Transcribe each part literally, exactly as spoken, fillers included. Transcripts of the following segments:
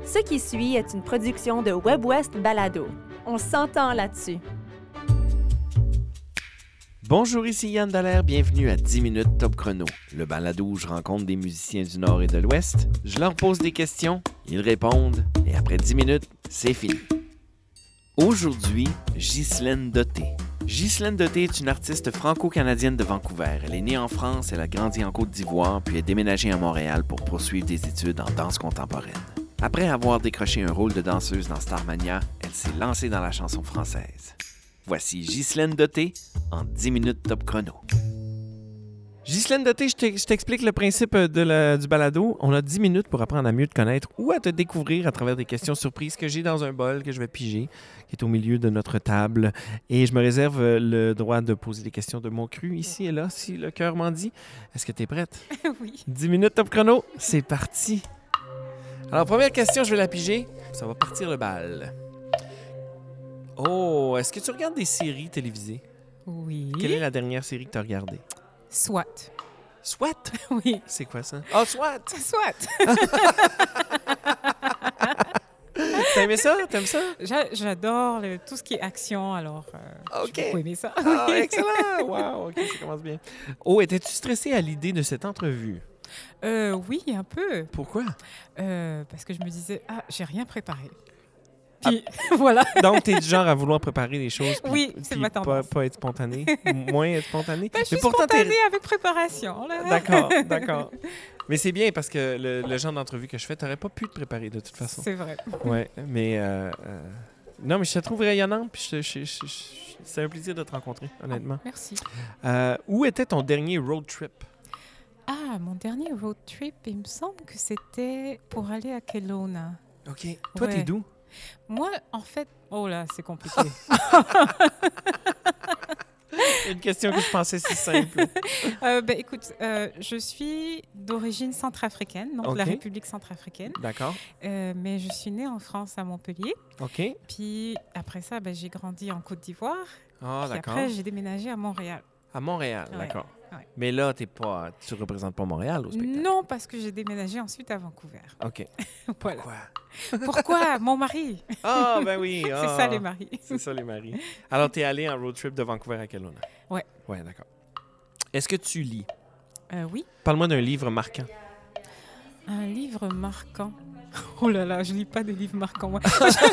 Ce qui suit est une production de WebWest Balado. On s'entend là-dessus. Bonjour, ici Yann Dallaire, bienvenue à dix minutes Top Chrono, le balado où je rencontre des musiciens du Nord et de l'Ouest, je leur pose des questions, ils répondent, et après dix minutes, c'est fini. Aujourd'hui, Ghislaine Dotté. Ghislaine Dotté est une artiste franco-canadienne de Vancouver. Elle est née en France, elle a grandi en Côte d'Ivoire, puis est déménagée à Montréal pour poursuivre des études en danse contemporaine. Après avoir décroché un rôle de danseuse dans Starmania, elle s'est lancée dans la chanson française. Voici Ghislaine Dotté en dix minutes Top Chrono. Ghislaine Dotté, je t'explique le principe de la, du balado. On a dix minutes pour apprendre à mieux te connaître ou à te découvrir à travers des questions surprises que j'ai dans un bol que je vais piger, qui est au milieu de notre table. Et je me réserve le droit de poser des questions de mon cru ici et là, si le cœur m'en dit. Est-ce que tu es prête? Oui. dix minutes Top Chrono, c'est parti. Alors, première question, je vais la piger. Ça va partir le bal. Oh, est-ce que tu regardes des séries télévisées? Oui. Quelle est la dernière série que tu as regardée? SWAT. SWAT? Oui. C'est quoi ça? Ah, oh, SWAT! SWAT! T'as aimé ça? T'aimes ça? J'a- J'adore le- tout ce qui est action, alors euh, OK. j'ai beaucoup aimé ça. Ah, excellent! Wow, OK, ça commence bien. Oh, étais-tu stressée à l'idée de cette entrevue? Euh, oui, un peu. Pourquoi? Euh, parce que je me disais, ah, j'ai rien préparé. Puis, voilà. Donc, t'es du genre à vouloir préparer les choses puis, Oui, c'est puis ma pas, tendance. pas être spontané, moins être spontané. Ben, je suis Mais pourtant, t'es- spontanée avec préparation. Là. D'accord, d'accord. Mais c'est bien parce que le, le genre d'entrevue que je fais, t'aurais pas pu te préparer de toute façon. C'est vrai. Ouais, mais euh, euh, non, mais je te trouve rayonnante, puis je, je- je- je- c'est un plaisir de te rencontrer, honnêtement. Merci. Euh, où était ton dernier road trip? Ah, mon dernier road trip, il me semble que c'était pour aller à Kelowna. OK. Toi, Ouais. t'es d'où? Moi, en fait, oh là, c'est compliqué. Une question que je pensais si simple. Euh, ben, écoute, euh, je suis d'origine centrafricaine, donc de la Ok. République centrafricaine. D'accord. Euh, mais je suis née en France, à Montpellier. OK. Puis après ça, ben, j'ai grandi en Côte d'Ivoire. Ah, Puis d'accord. après, j'ai déménagé à Montréal. À Montréal, Ouais, d'accord. ouais. Mais là, t'es pas, tu représentes pas Montréal au spectacle? Non, parce que j'ai déménagé ensuite à Vancouver. OK. Voilà. Quoi? Pourquoi? Mon mari. Ah, ben oui. C'est ah. ça, les maris. C'est ça, les maris. Alors, t'es allé en road trip de Vancouver à Kelowna? Ouais. Ouais, d'accord. Est-ce que tu lis? Euh, oui. Parle-moi d'un livre marquant. Un livre marquant. Oh là là, je lis pas de livres marquants, moi.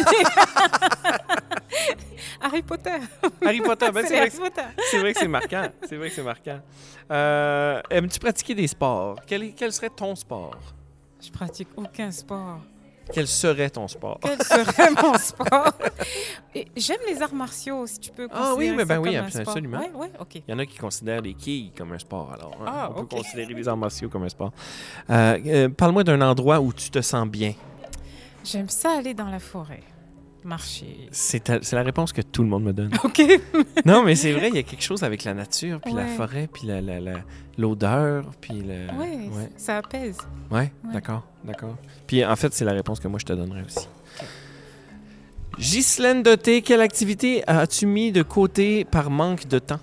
Harry Potter. Harry Potter, ben C'est c'est, les vrai Harry que, Potter. c'est vrai que c'est marquant. C'est vrai que c'est marquant. Euh, aimes-tu pratiquer des sports? Quel, est- quel serait ton sport? Je pratique aucun sport. Quel serait ton sport? Quel serait mon sport? Et j'aime les arts martiaux, si tu peux Ah oui, considérer mais ben ça oui, comme un absolument. sport. absolument. Ouais, ouais, ok. Il y en a qui considèrent les quilles comme un sport, alors. hein. Ah, On peut ok. considérer les arts martiaux comme un sport. Euh, euh, parle-moi d'un endroit où tu te sens bien. J'aime ça aller dans la forêt, marcher. C'est, ta- c'est la réponse que tout le monde me donne. Ok. Non, mais c'est vrai, il y a quelque chose avec la nature, puis la Ouais. forêt, puis la, la- la- l'odeur, puis le... Ouais, ouais. ça apaise. Ouais, Ouais. d'accord, d'accord. Puis en fait, c'est la réponse que moi, je te donnerais aussi. Ghislaine Dotté, quelle activité as-tu mis de côté par manque de temps?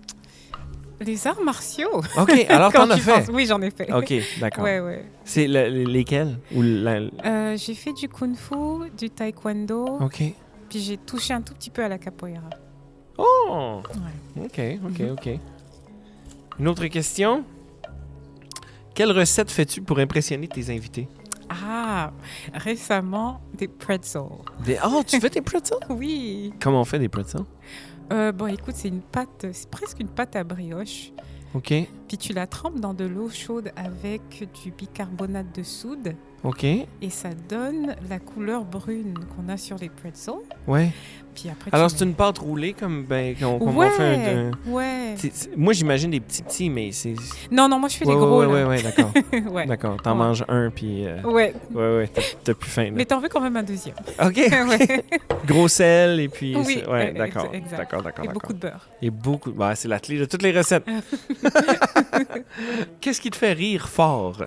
Les arts martiaux. OK, alors Quand t'en as tu fait. penses. Oui, j'en ai fait. OK, d'accord. Ouais, ouais. C'est le- lesquels? Ou la- Euh, j'ai fait du kung-fu, du taekwondo, OK. puis j'ai touché un tout petit peu à la capoeira. Oh! Ouais. OK, OK, Mhm. OK. Une autre question? Quelle recette fais-tu pour impressionner tes invités? Ah, récemment, des pretzels. Des... Oh, tu fais des pretzels? Oui. Comment on fait des pretzels? Euh, bon, écoute, c'est une pâte, c'est presque une pâte à brioche. OK, Puis tu la trempes dans de l'eau chaude avec du bicarbonate de soude OK, et ça donne la couleur brune qu'on a sur les pretzels. ouais. Puis après, Alors, tu c'est une pâte roulée comme, ben, comme, comme ouais, on fait un... un- ouais. C'est- c'est- Moi, j'imagine des petits petits, mais c'est... Non, non, moi je fais ouais, les ouais, gros ouais, ouais, là. ouais, d'accord. Ouais. D'accord, t'en Ouais. manges un, puis... euh, Ouais. Ouais, ouais, t'as, t'as plus faim, là. Mais t'en veux quand même un deuxième. OK, Ouais. gros sel, et puis... Oui, c'est- ouais, euh, d'accord, exact. d'accord, d'accord, Et d'accord. beaucoup de beurre. Et beaucoup... Bah, c'est la clé de toutes les recettes. Qu'est-ce qui te fait rire fort?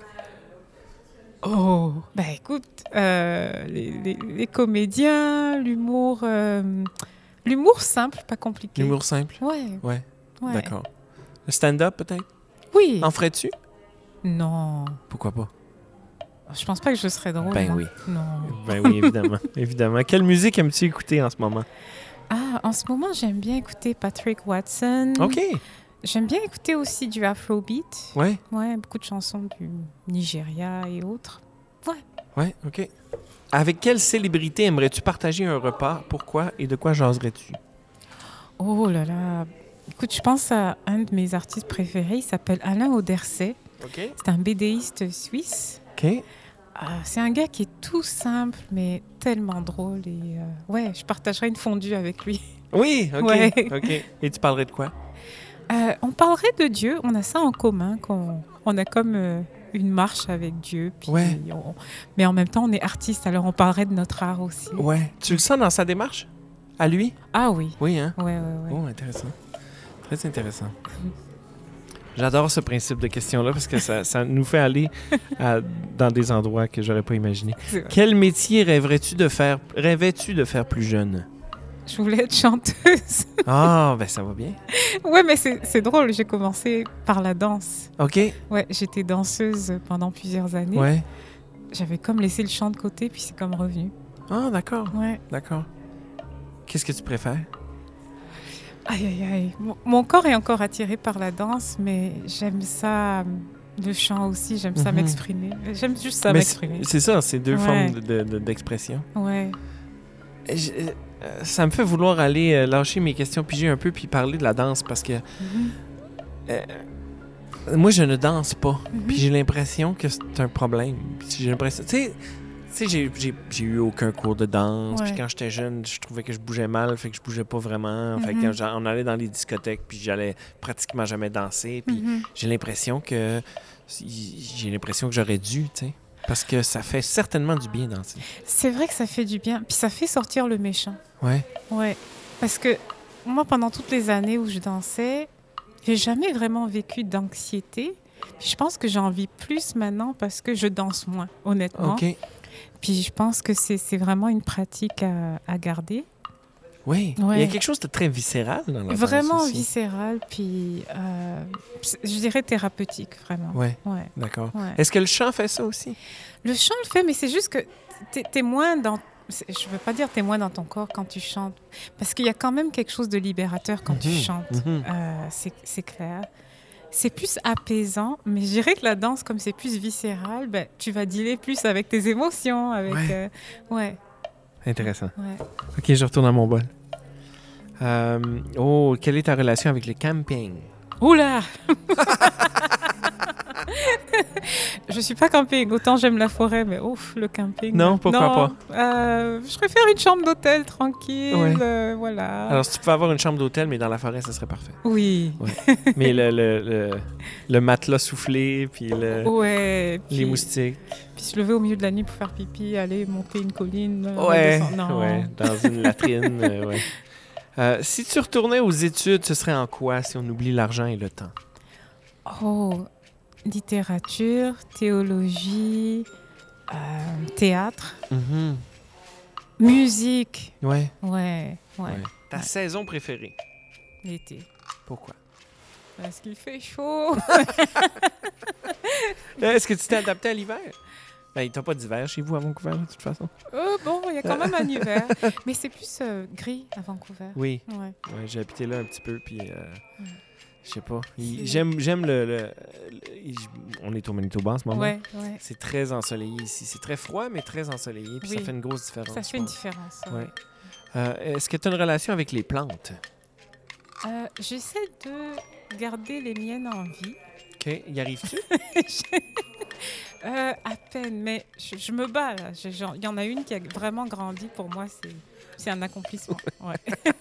Oh, ben écoute, euh, les, les- les comédiens, l'humour, euh, l'humour simple, pas compliqué. L'humour simple? Ouais. Ouais, ouais. d'accord. Le stand-up, peut-être? Oui. En ferais-tu? Non. Pourquoi pas? Je pense pas que je serais drôle. Ben moi. oui. Non. Ben oui, évidemment. évidemment. Quelle musique aimes-tu écouter en ce moment? Ah, en ce moment, j'aime bien écouter Patrick Watson. OK. J'aime bien écouter aussi du Afrobeat. Ouais. Ouais, beaucoup de chansons du Nigeria et autres. Ouais, OK. Avec quelle célébrité aimerais-tu partager un repas? Pourquoi et de quoi jaserais-tu? Oh là là. Écoute, je pense à un de mes artistes préférés. Il s'appelle Alain Auderset. OK. C'est un BDiste suisse. OK. Ah, c'est un gars qui est tout simple, mais tellement drôle. Et euh, ouais, je partagerais une fondue avec lui. Oui, OK. Ouais. OK. Et tu parlerais de quoi? Euh, on parlerait de Dieu. On a ça en commun. Qu'on, on a comme euh, une marche avec Dieu. Puis Ouais. on- mais en même temps, on est artiste. Alors, on parlerait de notre art aussi. Ouais. Tu le sens dans sa démarche? À lui? Ah oui. Oui, hein? Ouais, ouais, ouais. Oh, intéressant. Très intéressant. J'adore ce principe de question-là parce que ça, ça nous fait aller à- dans des endroits que j'aurais pas imaginé. C'est vrai. Quel métier rêverais-tu de faire, rêvais-tu de faire plus jeune? Je voulais être chanteuse. Ah, ben ça va bien. Ouais, mais c'est, c'est drôle. J'ai commencé par la danse. OK. Ouais, j'étais danseuse pendant plusieurs années. Ouais. J'avais comme laissé le chant de côté, puis c'est comme revenu. Ah, d'accord. Ouais. D'accord. Qu'est-ce que tu préfères? Aïe, aïe, aïe. Mon, mon corps est encore attiré par la danse, mais j'aime ça, euh, le chant aussi, j'aime ça Mhm. m'exprimer. J'aime juste ça Mais m'exprimer. c'est ça, c'est deux Ouais. formes de- de- d'expression. Ouais. Je- euh, ça me fait vouloir aller euh, lâcher mes questions pigées un peu puis parler de la danse parce que Mhm. euh, moi, je ne danse pas. Mhm. Puis j'ai l'impression que c'est un problème. Puis j'ai l'impression... Tu sais, tu sais, j'ai, j'ai, j'ai eu aucun cours de danse. Ouais. Puis quand j'étais jeune, je trouvais que je bougeais mal, fait que je bougeais pas vraiment. Fait que Mhm. quand j'a- on allait dans les discothèques, puis j'allais pratiquement jamais danser. Puis Mhm. j'ai l'impression que... J'ai l'impression que j'aurais dû, tu sais. Parce que ça fait certainement du bien danser. C'est vrai que ça fait du bien, puis ça fait sortir le méchant. Ouais. Ouais. Parce que moi, pendant toutes les années où je dansais, j'ai jamais vraiment vécu d'anxiété. Puis je pense que j'en vis plus maintenant parce que je danse moins, honnêtement. OK. Puis je pense que c'est, c'est vraiment une pratique à, à garder. Oui. Ouais. Il y a quelque chose de très viscéral dans la danse Vraiment aussi. viscéral, puis euh, je dirais thérapeutique, vraiment. Ouais, Ouais, d'accord. ouais. Est-ce que le chant fait ça aussi? Le chant le fait, mais c'est juste que t'es, t'es moins dans... c'est- Je veux pas dire t'es moins dans ton corps quand tu chantes, parce qu'il y a quand même quelque chose de libérateur quand tu Mhm, chantes. mhm. Euh, c'est, c'est clair. C'est plus apaisant, mais je dirais que la danse, comme c'est plus viscéral, ben, tu vas dealer plus avec tes émotions, avec... Ouais. euh, ouais, Intéressant. ouais. OK, je retourne à mon bol. Euh, oh, quelle est ta relation avec le camping? Oula! Je suis pas camping, autant j'aime la forêt, mais ouf, le camping. Non, pourquoi pas? euh, Je préfère une chambre d'hôtel tranquille, Ouais. euh, voilà. Alors, si tu pouvais avoir une chambre d'hôtel, mais dans la forêt, ça serait parfait. Oui. Mais le, le, le, le matelas soufflé, puis le, Ouais. Puis, les moustiques. Puis se lever au milieu de la nuit pour faire pipi, aller monter une colline. euh, Ouais, redescendre. Non. ouais, dans une latrine. euh, ouais. Euh, si tu retournais aux études, ce serait en quoi si on oublie l'argent et le temps? Oh, littérature, théologie, euh, théâtre, Mhm. musique. Ouais, Ouais, ouais, ouais. Ta Ouais. saison préférée? l'été. Pourquoi? Parce qu'il fait chaud. Euh, Est-ce que tu t'es adapté à l'hiver? Ben, t'as pas d'hiver chez vous à Vancouver, de toute façon. Euh, bon, il y a quand même un hiver. Mais c'est plus euh, gris à Vancouver. Oui, Ouais. ouais, j'ai habité là un petit peu, puis euh, Ouais. je sais pas. il- C'est- J'aime, j'aime le, le- le- On est au Manitoba en ce moment. Ouais, ouais. C'est très ensoleillé ici. C'est très froid, mais très ensoleillé, puis ça Oui. fait une grosse différence. Ça je fait une pense. différence. Ouais. ouais. Euh, Est-ce que tu as une relation avec les plantes? Euh, j'essaie de garder les miennes en vie. OK. Y arrives-tu? Euh, à peine, mais je, je me bats là. Je- genre, il y en a une qui a vraiment grandi. Pour moi, c'est, c'est un accomplissement. Ouais.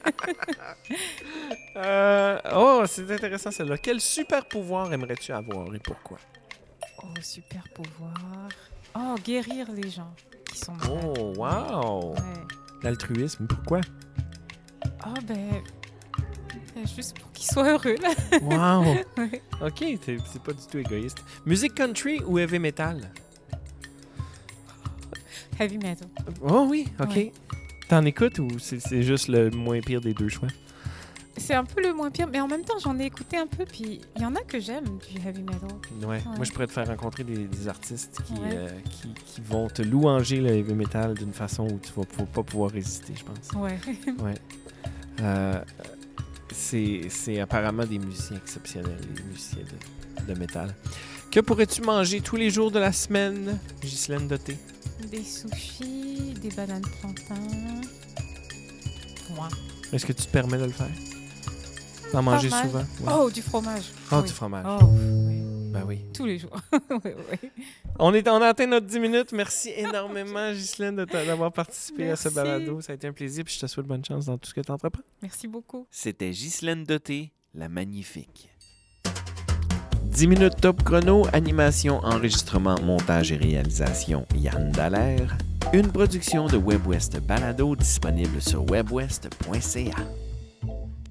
Euh, oh, c'est intéressant celle-là. Quel super pouvoir aimerais-tu avoir et pourquoi? Oh, super pouvoir. Oh, guérir les gens qui sont malades. Oh, wow! Ouais. L'altruisme, pourquoi? Oh, ben. ben, juste pour qu'ils soient heureux, là. Wow! Ouais. OK, t'es- c'est pas du tout égoïste. Musique country ou heavy metal? Heavy metal. Oh oui, OK. Ouais. T'en écoutes ou c'est c'est juste le moins pire des deux choix? c'est un peu le moins pire, mais en même temps, j'en ai écouté un peu, puis il y en a que j'aime du heavy metal. Ouais. Ouais. Moi, je pourrais te faire rencontrer des, des artistes qui, Ouais. euh, qui, qui vont te louanger le heavy metal d'une façon où tu vas pou- pas pouvoir résister, je pense. Ouais. Ouais. Euh, c'est, c'est apparemment des musiciens exceptionnels, les musiciens de, de métal. Que pourrais-tu manger tous les jours de la semaine, Ghislaine Doté? Des sushis, des bananes plantains. Moi. Est-ce que tu te permets de le faire? D'en manger mal. souvent? Ouais. Oh, du fromage. Oh, Oui. du fromage. Oh, oui. Ben oui. Tous les jours. Oui, oui. On, est, on a atteint notre dix minutes. Merci énormément, Ghislaine, de ta- d'avoir participé Merci. à ce balado. Ça a été un plaisir. Puis je te souhaite bonne chance dans tout ce que tu entreprends. Merci beaucoup. C'était Ghislaine Doté, la magnifique. dix minutes top chrono, animation, enregistrement, montage et réalisation, Yann Dallaire. Une production de WebWest Balado disponible sur webwest point c a.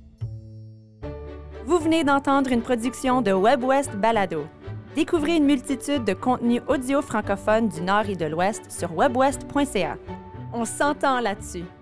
Vous venez d'entendre une production de WebWest Balado. Découvrez une multitude de contenus audio francophones du Nord et de l'Ouest sur webwest point c a. On s'entend là-dessus.